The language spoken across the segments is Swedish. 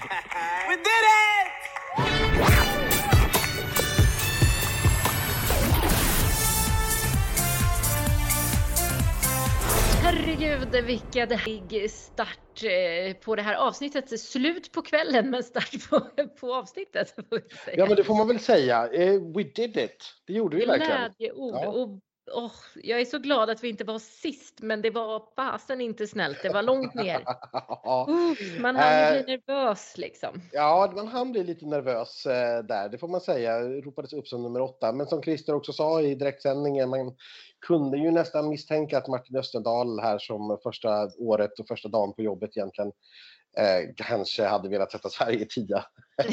We did it! Herregud, vilken härlig start på det här avsnittet. Slut på kvällen, men start på avsnittet. Ja, men det får man väl säga. We did it. Det gjorde vi verkligen. Glädjeord. Ja. Och jag är så glad att vi inte var sist, men det var fasen inte snällt. Det var långt ner. Man hann ju bli nervös liksom. Ja, man hann bli lite nervös där. Det får man säga. Ropades upp som nummer 8. Men som Christer också sa i direktsändningen, man kunde ju nästan misstänka att Martin Österdahl här som första året och första dagen på jobbet egentligen kanske hade velat sätta Sverige i 10.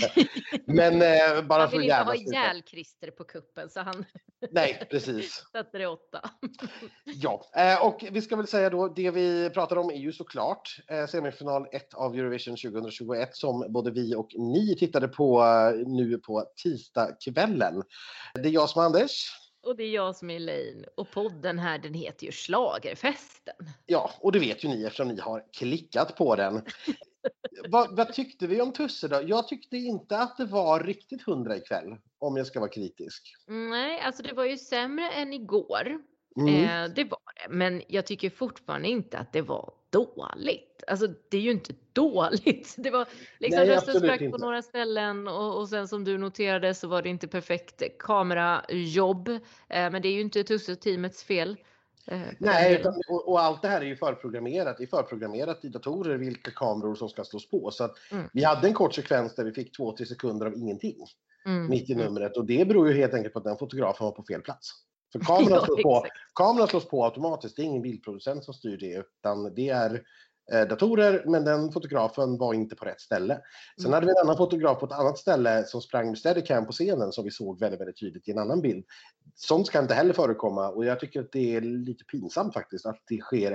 Men bara han för vill inte ha ihjäl Christer på kuppen, så han nej, precis. sätter det 8. Ja, och vi ska väl säga då, det vi pratar om är ju såklart semifinal 1 av Eurovision 2021 som både vi och ni tittade på nu på tisdagskvällen. Det är jag som är Anders. Och det är jag som är Elaine. Och podden här, den heter ju Schlagerfesten. Ja, och det vet ju ni eftersom ni har klickat på den. Vad tyckte vi om Tusse då? Jag tyckte inte att det var riktigt 100 ikväll, om jag ska vara kritisk. Nej, alltså det var ju sämre än igår. Det var det. Men jag tycker fortfarande inte att det var dåligt. Alltså det är ju inte dåligt. Det var liksom rösten sprack på några ställen. Och sen som du noterade så var det inte perfekt kamerajobb. Men det är ju inte Tusse-teamets fel. Nej, och allt det här är ju förprogrammerat. Det är förprogrammerat i datorer vilka kameror som ska slås på. Så att vi hade en kort sekvens där vi fick 2-3 sekunder av ingenting mitt i numret. Och det beror ju helt enkelt på att den fotografen var på fel plats. För kameran slås på automatiskt. Det är ingen bildproducent som styr det, utan det är datorer, men den fotografen var inte på rätt ställe. Sen hade vi en annan fotograf på ett annat ställe som sprang med steadicam på scenen som vi såg väldigt, väldigt tydligt i en annan bild. Sånt ska inte heller förekomma, och jag tycker att det är lite pinsamt faktiskt att det sker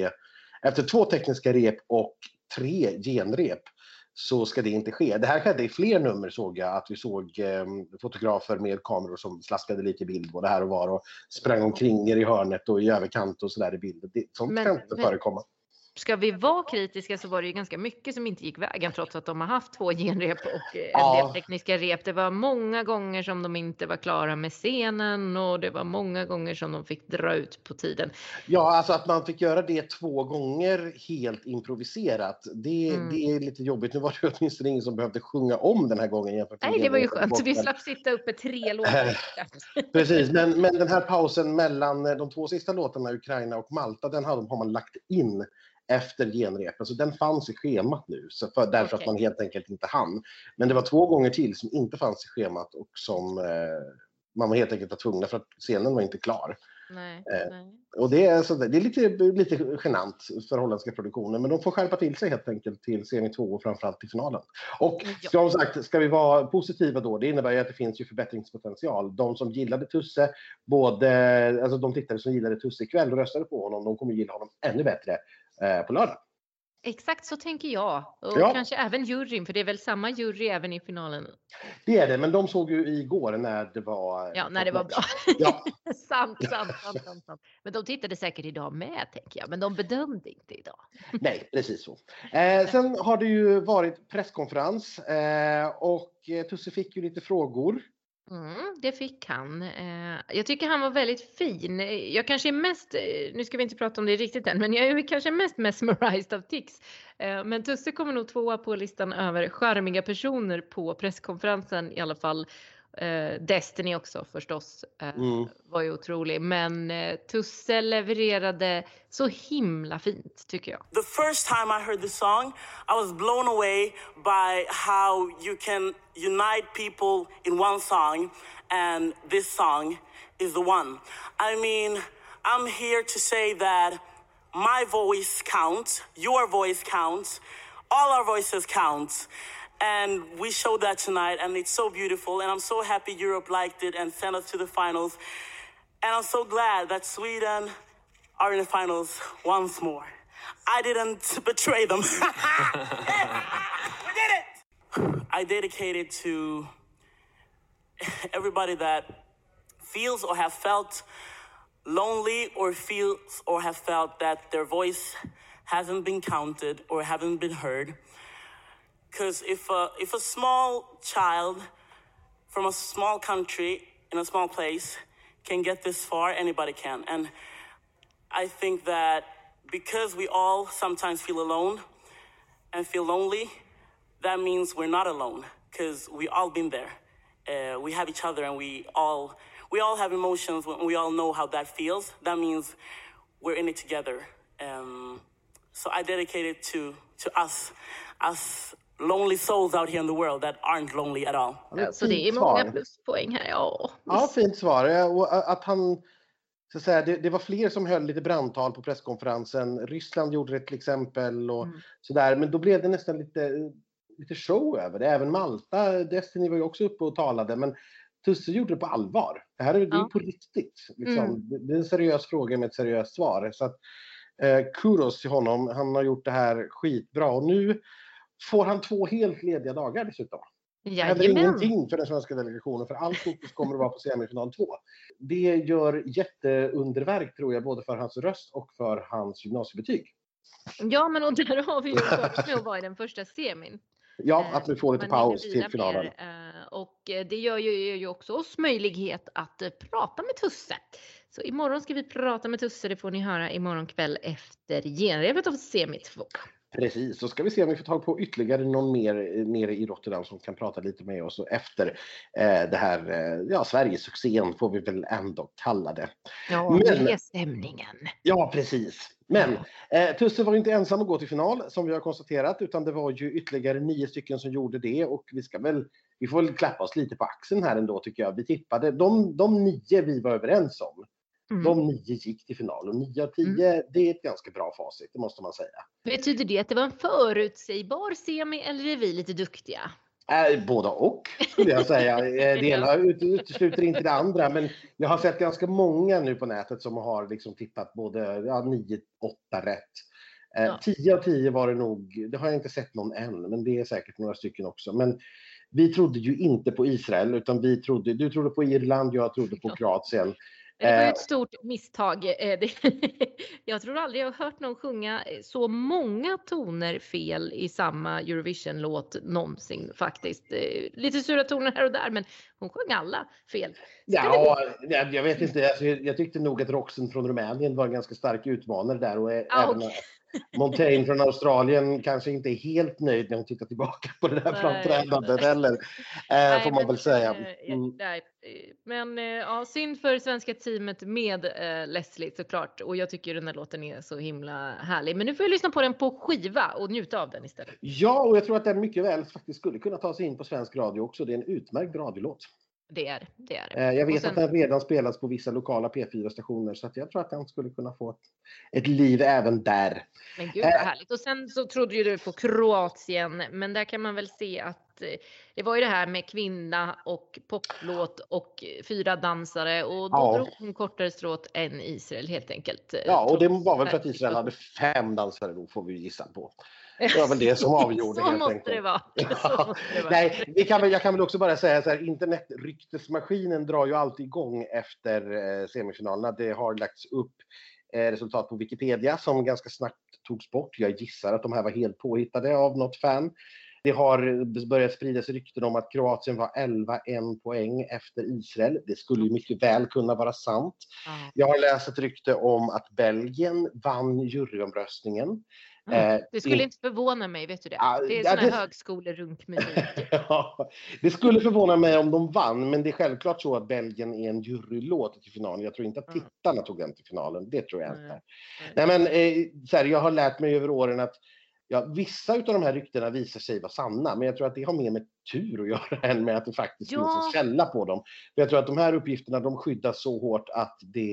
efter 2 tekniska rep och 3 genrep. Så ska det inte ske. Det här skedde i fler nummer, såg jag. Att vi såg fotografer med kameror som slaskade lite i bild både här och var och sprang omkring i hörnet och i överkant och sådär i bilden. Sånt kan inte förekomma. Ska vi vara kritiska så var det ju ganska mycket som inte gick vägen trots att de har haft 2 genrep och en del tekniska rep. Det var många gånger som de inte var klara med scenen och det var många gånger som de fick dra ut på tiden. Ja, alltså att man fick göra det 2 gånger helt improviserat. Det är lite jobbigt. Nu var det åtminstone ingen som behövde sjunga om den här gången. Nej, det var ju skönt. Så vi slapp sitta uppe 3 låtar. Precis, men den här pausen mellan de 2 sista låtarna, Ukraina och Malta, den har man lagt in efter genrepen. Så den fanns i schemat nu. Därför att man helt enkelt inte hann. Men det var 2 gånger till som inte fanns i schemat och som man var helt enkelt var tvungna för att scenen var inte klar. Nej. Och det är lite genant för holländska produktioner, men de får skärpa till sig helt enkelt till semi 2 och framförallt till finalen. Och som sagt, ska vi vara positiva då, det innebär ju att det finns ju förbättringspotential. De som gillade Tusse, alltså de tittare som gillade Tusse ikväll och röstade på honom, de kommer gilla honom ännu bättre på lördag. Exakt så tänker jag. Och kanske även juryn, för det är väl samma jury även i finalen. Det är det, men de såg ju igår när det var... Ja, när det var bra. Ja. sant. Men de tittade säkert idag med, tänker jag. Men de bedömde inte idag. Nej, precis så. Sen har det ju varit presskonferens och Tusse fick ju lite frågor. Det fick han. Jag tycker han var väldigt fin. Jag kanske är mest, nu ska vi inte prata om det riktigt än, men jag är kanske mest mesmerized av Tix. Men Tusse kommer nog 2 på listan över charmiga personer på presskonferensen i alla fall. Destiny också förstås var ju otrolig, men Tusse levererade så himla fint, tycker jag. The first time I heard the song, I was blown away by how you can unite people in one song, and this song is the one. I mean, I'm here to say that my voice counts, your voice counts, all our voices count. And we showed that tonight, and it's so beautiful. And I'm so happy Europe liked it and sent us to the finals. And I'm so glad that Sweden are in the finals once more. I didn't betray them. We did it! I dedicate it to everybody that feels or have felt lonely or feels or have felt that their voice hasn't been counted or haven't been heard. Because if a small child from a small country in a small place can get this far, anybody can. And I think that because we all sometimes feel alone and feel lonely, that means we're not alone, because we all been there. We have each other, and we all have emotions, and we all know how that feels. That means we're in it together. So I dedicate it to us lonely souls out here in the world that aren't lonely at all. Så det är många pluspoäng här. Ja, fint svar. Och att han, så att säga, det var fler som höll lite brandtal på presskonferensen. Ryssland gjorde det till exempel och sådär. Men då blev det nästan lite show över det. Även Malta, Destiny var ju också uppe och talade. Men Tusse gjorde det på allvar. Det här är på riktigt. Liksom. Det är en seriös fråga med ett seriöst svar. Så att, kudos till honom. Han har gjort det här skitbra. Och nu får han 2 helt lediga dagar dessutom. Det händer ingenting för den svenska delegationen, för allt fokus kommer att vara på semifinal 2. Det gör jätteunderverk, tror jag, både för hans röst och för hans gymnasiebetyg. Ja, men och där har vi ju börjat med att vara i den första semin. Ja, att vi får lite paus till finalen. Och det gör ju också oss möjlighet att prata med Tusse. Så imorgon ska vi prata med Tusse, det får ni höra imorgon kväll efter genrevet av semi 2. Precis, så ska vi se om vi får tag på ytterligare någon mer nere i Rotterdam som kan prata lite med oss efter det här, Sveriges succén får vi väl ändå kalla det. Ja, det är stämningen. Ja, precis. Men Tusse var inte ensam att gå till final som vi har konstaterat, utan det var ju ytterligare 9 stycken som gjorde det, och vi får väl klappa oss lite på axeln här ändå, tycker jag. Vi tippade de 9 vi var överens om. De 9 gick till final, och 9 av 10 det är ett ganska bra facit, det måste man säga. Betyder det att det var en förutsägbar semi, eller är vi lite duktiga? Båda och, skulle jag säga. Det ena utesluter inte det andra, men jag har sett ganska många nu på nätet som har liksom tippat både 9-8 rätt. 10 av 10 var det nog, det har jag inte sett någon än, men det är säkert några stycken också. Men vi trodde ju inte på Israel, utan du trodde på Irland, jag trodde på Kroatien. Det var ju ett stort misstag. Jag tror aldrig jag har hört någon sjunga så många toner fel i samma Eurovision-låt någonsin faktiskt. Lite sura toner här och där, men hon sjöng alla fel. Ja, jag vet inte. Alltså, jag tyckte nog att Roxen från Rumänien var en ganska stark utmanare där, och även Montaigne från Australien kanske inte är helt nöjd när hon tittar tillbaka på det där framträdandet heller, får man väl säga. Men synd för svenska teamet med Leslie såklart, och jag tycker den här låten är så himla härlig. Men nu får jag lyssna på den på skiva och njuta av den istället. Ja, och jag tror att den mycket väl faktiskt skulle kunna ta sig in på svensk radio också. Det är en utmärkt radiolåt. Det är det. Jag vet att den redan spelas på vissa lokala P4-stationer, så att jag tror att den skulle kunna få ett liv även där. Men gud vad härligt. Och sen så trodde ju du på Kroatien, men där kan man väl se att det var ju det här med kvinna och poplåt och 4 dansare, och då drog hon kortare stråt än Israel helt enkelt. Ja, och det var väl för att Israel hade 5 dansare, då får vi gissa på. Det var väl det som avgjorde helt enkelt. Det vara. Nej, jag kan väl också bara säga så här, internetryktesmaskinen drar ju alltid igång efter semifinalerna. Det har lagts upp resultat på Wikipedia som ganska snabbt togs bort. Jag gissar att de här var helt påhittade av något fan. Det har börjat spridas rykten om att Kroatien var 11-1 poäng efter Israel. Det skulle ju mycket väl kunna vara sant. Jag har läst ett rykte om att Belgien vann juryomröstningen. Det skulle inte förvåna mig, vet du det? Det är sån här högskolerunkmusik. Ja, det skulle förvåna mig om de vann, men det är självklart så att Belgien är en jurylåt till finalen. Jag tror inte att tittarna tog den till finalen, det tror jag inte. Nej, men så här, jag har lärt mig över åren att vissa av de här ryktena visar sig vara sanna, men jag tror att det har mer med tur att göra än med att det faktiskt finns en källa på dem. För jag tror att de här uppgifterna, de skyddas så hårt att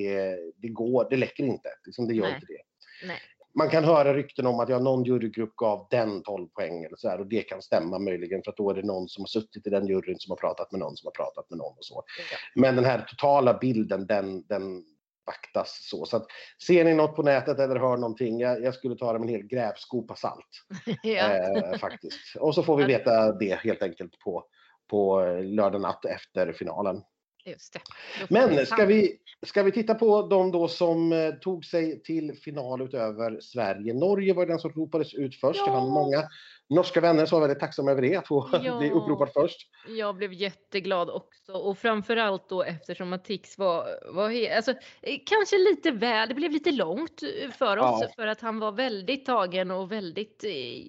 det läcker inte. Liksom, det gör inte det. Nej. Man kan höra rykten om att någon jurygrupp gav den 12 poäng eller så här, och det kan stämma möjligen, för att då är det någon som har suttit i den juryn som har pratat med någon som har pratat med någon och så. Ja. Men den här totala bilden, den vaktas så. Så att ser ni något på nätet eller hör någonting, jag skulle ta det med en hel grävskopa salt. Faktiskt. Och så får vi veta det helt enkelt på lördag natt efter finalen. Just det. Men ska vi titta på de då som tog sig till final utöver Sverige. Norge var den som ropades ut först. Det var många norska vänner som var väldigt tacksamma över det, att få bli uppropad först. Jag blev jätteglad också, och framförallt då eftersom att Tix var alltså, kanske lite väl, det blev lite långt för oss, för att han var väldigt tagen och väldigt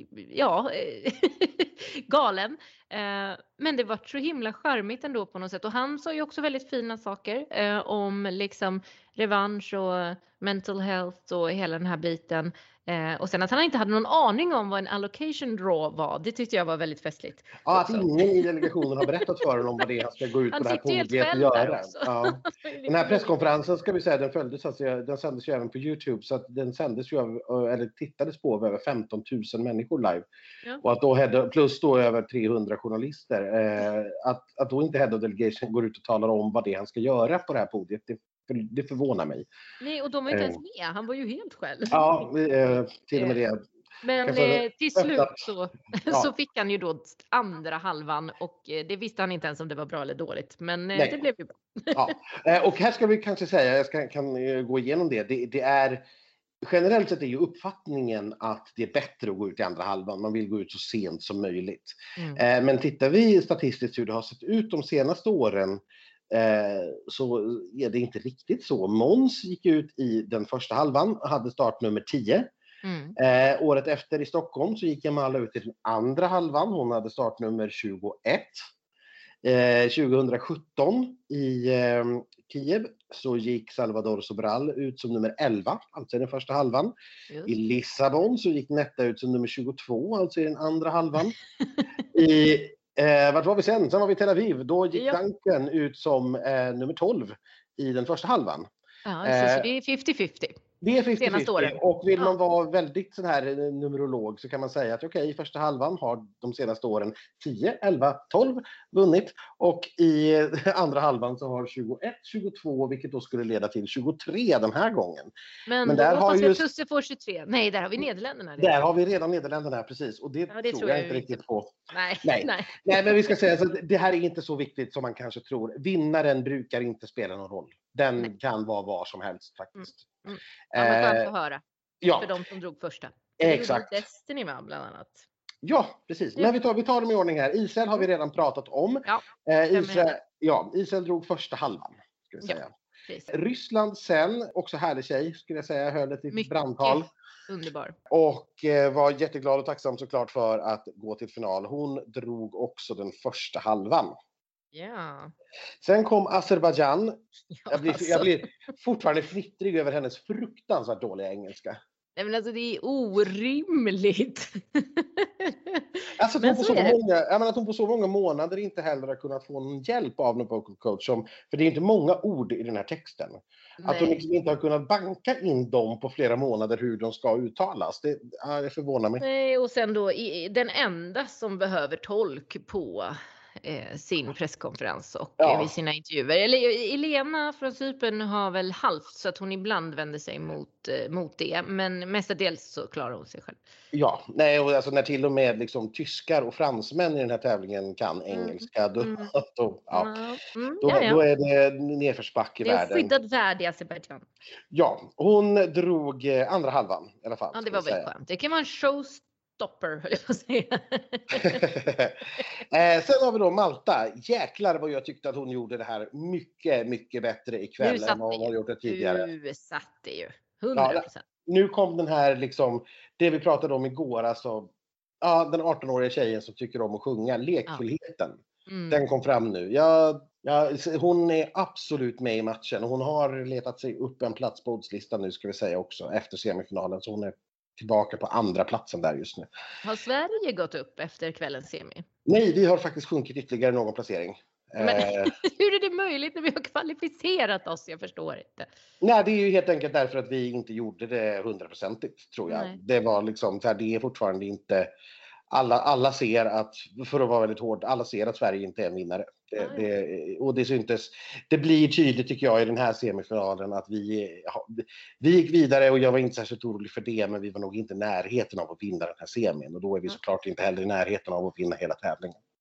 galen. Men det var så himla charmigt ändå på något sätt, och han sa ju också väldigt fina saker om liksom revansch och mental health och hela den här biten. Och sen att han inte hade någon aning om vad en allocation draw var, det tyckte jag var väldigt festligt. Ja, att ingen i delegationen har berättat för honom vad det är han ska gå ut på det här podiet och göra. Ja. Den här presskonferensen, ska vi säga, den sändes ju även på YouTube, så att den sändes ju eller tittades på av över 15 000 människor live. Ja. Och att då plus då över 300 journalister, att då inte Head of Delegation går ut och talar om vad det är han ska göra på det här podiet, det förvånar mig. Nej, och de var ju inte ens med. Han var ju helt själv. Ja, till och med det. Men till slut så fick han ju då andra halvan, och det visste han inte ens om det var bra eller dåligt. Men det blev ju bra. Ja. Och här ska vi kanske säga, jag kan gå igenom det. Det är generellt sett är ju uppfattningen att det är bättre att gå ut i andra halvan. Man vill gå ut så sent som möjligt. Men tittar vi statistiskt hur det har sett ut de senaste åren, så är det inte riktigt så. Måns gick ut i den första halvan och hade startnummer 10. Året efter i Stockholm så gick Jamala ut i den andra halvan. Hon hade startnummer 21. 2017 i Kiev så gick Salvador Sobral ut som nummer 11, alltså i den första halvan. I Lissabon så gick Netta ut som nummer 22, alltså i den andra halvan. Vart var vi sen? Sen var vi i Tel Aviv. Då gick Duncan ut som nummer 12 i den första halvan. Ja, så det är 50-50. Det är 50-50. Och vill man vara väldigt sån här numerolog, så kan man säga att i första halvan har de senaste åren 10, 11, 12 vunnit. Och i andra halvan så har 21, 22, vilket då skulle leda till 23 den här gången. Men där har ju Tusse får 23. Nej, där har vi Nederländerna. Där har vi redan Nederländerna, precis. Och det tror jag inte riktigt på. Nej, men vi ska säga att det här är inte så viktigt som man kanske tror. Vinnaren brukar inte spela någon roll. Den kan vara var som helst faktiskt. Ja, man kan få höra. För de som drog första. Exakt. Destiny med bland annat. Ja, precis. Men vi tar dem i ordning här. Israel har vi redan pratat om. Israel drog första halvan, ska vi säga. Ryssland sen, också härlig tjej, skulle jag säga, höll ett brandtal. Underbar. Och var jätteglad och tacksam såklart för att gå till final. Hon drog också den första halvan. Ja. Sen kom Azerbaijan. Jag blir fortfarande fnittrig över hennes fruktansvärt dåliga engelska. Nej, men alltså det är orimligt. Alltså att hon på så många månader inte heller har kunnat få någon hjälp av någon vocal coach. För det är inte många ord i den här texten. Nej. Att hon liksom inte har kunnat banka in dem på flera månader hur de ska uttalas. Det förvånar mig. Nej, och sen då den enda som behöver tolk på sin presskonferens och vid sina intervjuer. Eller Elena från Cypern har väl halvt, så att hon ibland vänder sig mot det. Men mestadels så klarar hon sig själv. Ja, nej, och alltså när till och med liksom tyskar och fransmän i den här tävlingen kan engelska, då är det nedförsback i världen. Det är skyddad värld i Azerbaijan. Ja, hon drog andra halvan i alla fall. Ja, det var väldigt skönt. Det kan vara en showstopper, höll jag på att säga. Sen har vi då Malta. Jäklar vad jag tyckte att hon gjorde det här mycket, mycket bättre ikväll än vad hon har gjort det tidigare. Du satte ju 100%. Nu kom den här liksom, det vi pratade om igår, alltså den 18-åriga tjejen som tycker om att sjunga, lekfullheten. Den kom fram nu. Hon är absolut med i matchen. Hon har letat sig upp en plats på oddslistan nu, ska vi säga också, efter semifinalen. Så hon är tillbaka på andra platsen där just nu. Har Sverige gått upp efter kvällens semi? Nej, vi har faktiskt sjunkit ytterligare någon placering. Men hur är det möjligt när vi har kvalificerat oss? Jag förstår inte. Nej, det är ju helt enkelt därför att vi inte gjorde det 100%, tror jag. Nej. Det var liksom, det är fortfarande inte... Alla ser att, för att vara väldigt hård, alla ser att Sverige inte är en vinnare. Och det syntes, det blir tydligt tycker jag i den här semifinalen att vi gick vidare, och jag var inte särskilt orolig för det, men vi var nog inte i närheten av att vinna den här semin, och då är vi såklart inte heller i närheten av att vinna hela tävlingen.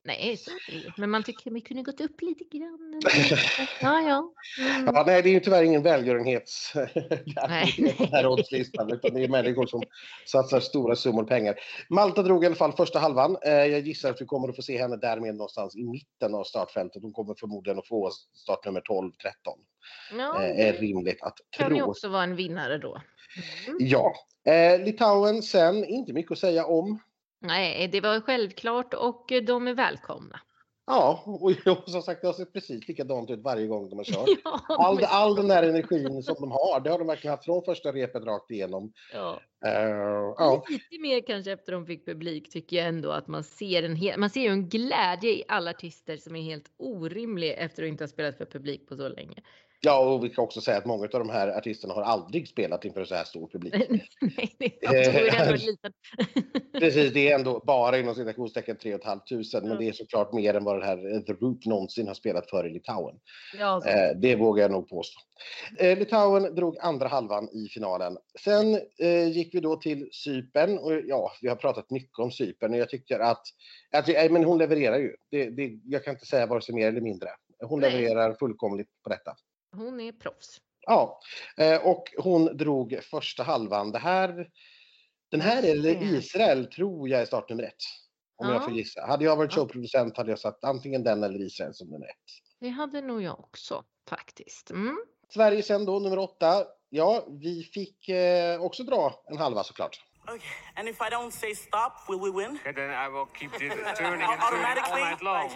Nej, så är det. Men man tycker vi kunde gått upp lite grann. Ja. Ja, nej, det är ju tyvärr ingen välgörenhets Nej. den här oddslistan, utan det är människor som satsar stora summor pengar. Malta drog i alla fall första halvan. Jag gissar att vi kommer att få se henne därmed någonstans i mitten av startfältet. Hon kommer förmodligen att få startnummer 12-13. Ja, är rimligt att tro. Kan ju också vara en vinnare då. Ja. Litauen sen, inte mycket att säga om. Nej, det var självklart och de är välkomna. Ja, och som sagt, det har sett precis likadant ut varje gång de har kört. Ja, All den där energin som de har, det har de verkligen haft från första repet rakt igenom. Ja. Ja. Lite mer kanske efter de fick publik tycker jag ändå att man ser ju en glädje i alla artister som är helt orimlig efter att inte ha spelat för publik på så länge. Ja, och vi kan också säga att många av de här artisterna har aldrig spelat inför så här stor publik. Nej, det är ändå liten. Precis, det är ändå bara inom citationstecken 3 500, men det är såklart mer än vad det här The Root någonsin har spelat för i Litauen. Ja, det vågar jag nog påstå. Litauen drog andra halvan i finalen. Sen gick vi då till Cypern, och ja, vi har pratat mycket om Cypern, och jag tycker att men hon levererar ju. Jag kan inte säga vare sig mer eller mindre. Hon levererar fullkomligt på detta. Hon är proffs. Ja, och hon drog första halvan. Den här är Israel, tror jag, är startnummer 1. Om jag får gissa. Hade jag varit showproducent hade jag satt antingen den eller Israel som nummer 1. Det hade nog jag också, faktiskt. Sverige sen då, nummer 8. Ja, vi fick också dra en halva såklart. Okay, and if I don't say stop, will we win? And then I will keep turning and turning all night long.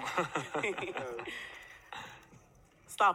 Stop.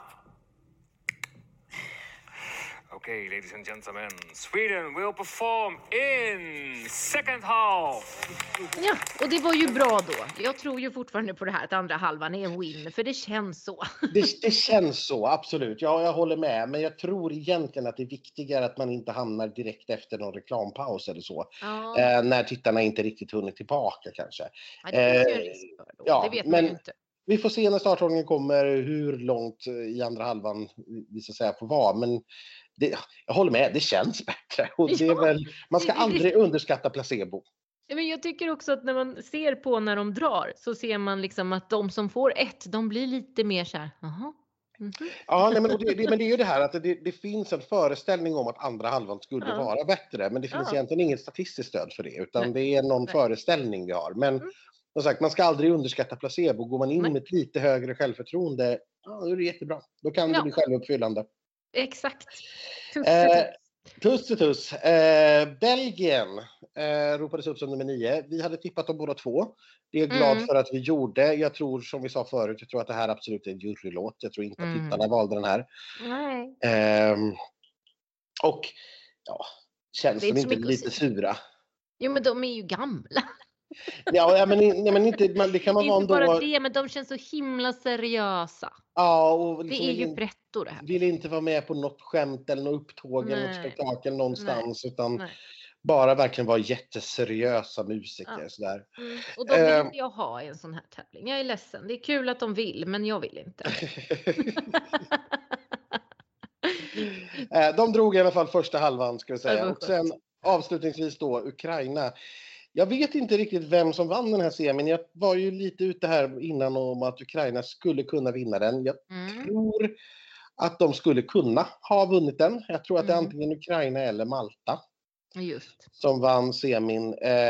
Okay, ladies and gentlemen, Sweden will perform in second half. Ja, och det var ju bra då. Jag tror ju fortfarande på det här att andra halvan är en win, för det känns så. Det känns så, absolut. Ja, jag håller med. Men jag tror egentligen att det är viktigare att man inte hamnar direkt efter någon reklampaus eller så. Ja. När tittarna inte riktigt hunnit tillbaka kanske. Ja, det finns ju en risk för då. Ja, det vet man ju inte. Vi får se när startordningen kommer hur långt i andra halvan vi ska säga får vara. Men jag håller med, det känns bättre. Och det är väl, man ska aldrig underskatta placebo. Men jag tycker också att när man ser på när de drar så ser man liksom att de som får 1, de blir lite mer så här, jaha. Mm-hmm. Ja, nej, men det är ju det här att det finns en föreställning om att andra halvan skulle vara bättre. Men det finns egentligen inget statistiskt stöd för det. Utan det är någon föreställning vi har. Men som sagt, man ska aldrig underskatta placebo. Går man in med ett lite högre självförtroende, då är det jättebra. Då kan det bli självuppfyllande. Exakt. Tuss. Belgien ropades upp som nummer 9. Vi hade tippat dem båda två. Det är jag glad för att vi gjorde. Jag tror, som vi sa förut, jag tror att det här absolut är en jurylåt. Jag tror inte att tittarna valde den här. Nej. Och ja, känns de inte lite sura? Jo, men de är ju gamla. Ja, men inte, det kan man vara ändå. Inte bara det, men de känns så himla seriösa. Ja, och liksom det är ju pretto det här. Vill inte vara med på något skämt eller något upptåg eller något spektakel någonstans. Utan bara verkligen vara jätteseriösa musiker. Sådär. Och de vill inte jag ha i en sån här tävling. Jag är ledsen. Det är kul att de vill, men jag vill inte. De drog i alla fall första halvan, ska vi säga. Och sen avslutningsvis då Ukraina. Jag vet inte riktigt vem som vann den här semin. Jag var ju lite ute här innan om att Ukraina skulle kunna vinna den. Jag tror att de skulle kunna ha vunnit den. Jag tror att det är antingen Ukraina eller Malta. Just. Som vann semin.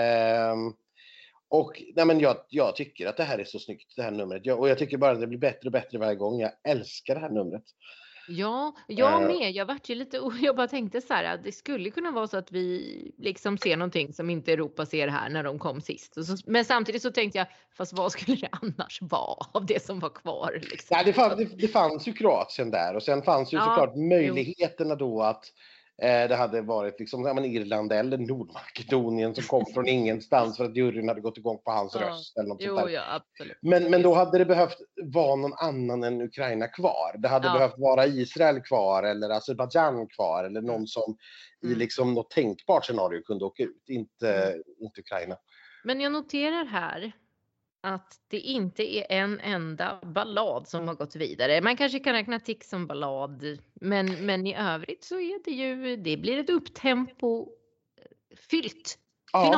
Och nej, men jag tycker att det här är så snyggt, det här numret. Och jag tycker bara att det blir bättre och bättre varje gång. Jag älskar det här numret. Ja, jag med. Jag vart ju lite jag bara tänkte så här att det skulle kunna vara så att vi liksom ser någonting som inte Europa ser här när de kom sist. Men samtidigt så tänkte jag, fast vad skulle det annars vara av det som var kvar? Liksom? Ja, det fanns ju Kroatien där och sen fanns ju såklart möjligheterna då att det hade varit liksom Irland eller Nordmakedonien som kom från ingenstans för att juryn hade gått igång på hans röst. Eller något sånt där. Ja, absolut. Men då hade det behövt vara någon annan än Ukraina kvar. Det hade behövt vara Israel kvar eller Azerbaijan kvar eller någon som i liksom något tänkbart scenario kunde åka ut. Inte Ukraina. Men jag noterar här att det inte är en enda ballad som har gått vidare. Man kanske kan räkna Tix som ballad, men i övrigt så är det blir ett upptempo fyllt final.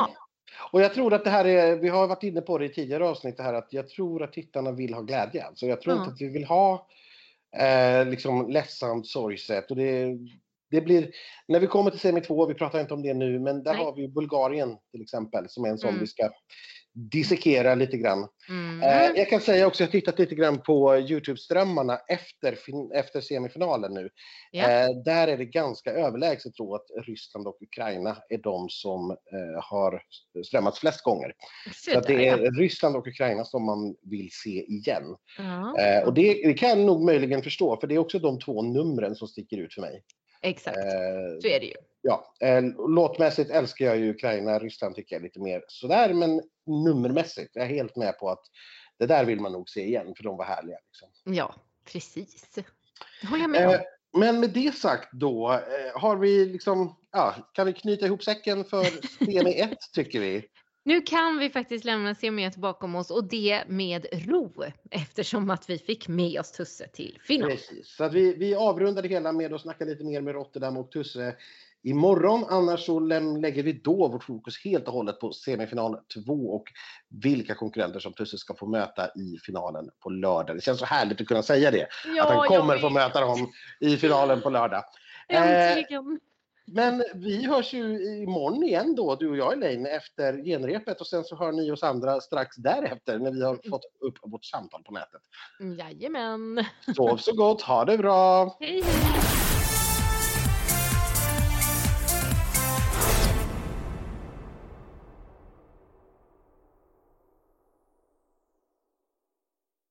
Och jag tror att det här är, vi har varit inne på det i tidigare avsnitt, det här att jag tror att tittarna vill ha glädje. Så jag tror inte att vi vill ha liksom ledsamt sorgset. Och det blir, när vi kommer till semi 2, vi pratar inte om det nu, men där har vi Bulgarien till exempel, som är en sån vi ska dissekera lite grann. Jag kan säga också, jag har tittat lite grann på YouTube-strömmarna efter semifinalen nu. Där är det ganska överlägset tror att Ryssland och Ukraina är de som har strömmats flest gånger. Så att det är Ryssland och Ukraina som man vill se igen. Och det kan jag nog möjligen förstå, för det är också de 2 numren som sticker ut för mig. Exakt, så är det ju. Ja, låtmässigt älskar jag ju Ukraina, Ryssland tycker jag är lite mer sådär, men nummermässigt jag är helt med på att det där vill man nog se igen, för de var härliga. Liksom. Ja, precis. Det håller jag med om. Men med det sagt då, har vi liksom, kan vi knyta ihop säcken för semi 1 tycker vi? Nu kan vi faktiskt lämna semi 1 bakom oss, och det med ro, eftersom att vi fick med oss Tusse till final. Precis, så att vi avrundar det hela med att snacka lite mer med Rotterdam och Tusse imorgon. Annars så lägger vi då vårt fokus helt och hållet på semifinal 2 och vilka konkurrenter som Tusse ska få möta i finalen på lördag. Det känns så härligt att kunna säga det, att han kommer få möta dem i finalen på lördag. Men vi hörs ju imorgon igen då, du och jag Elaine, efter genrepet, och sen så hör ni oss andra strax därefter när vi har fått upp vårt samtal på nätet. Jajamän. Sov så gott, ha det bra! Hej hej!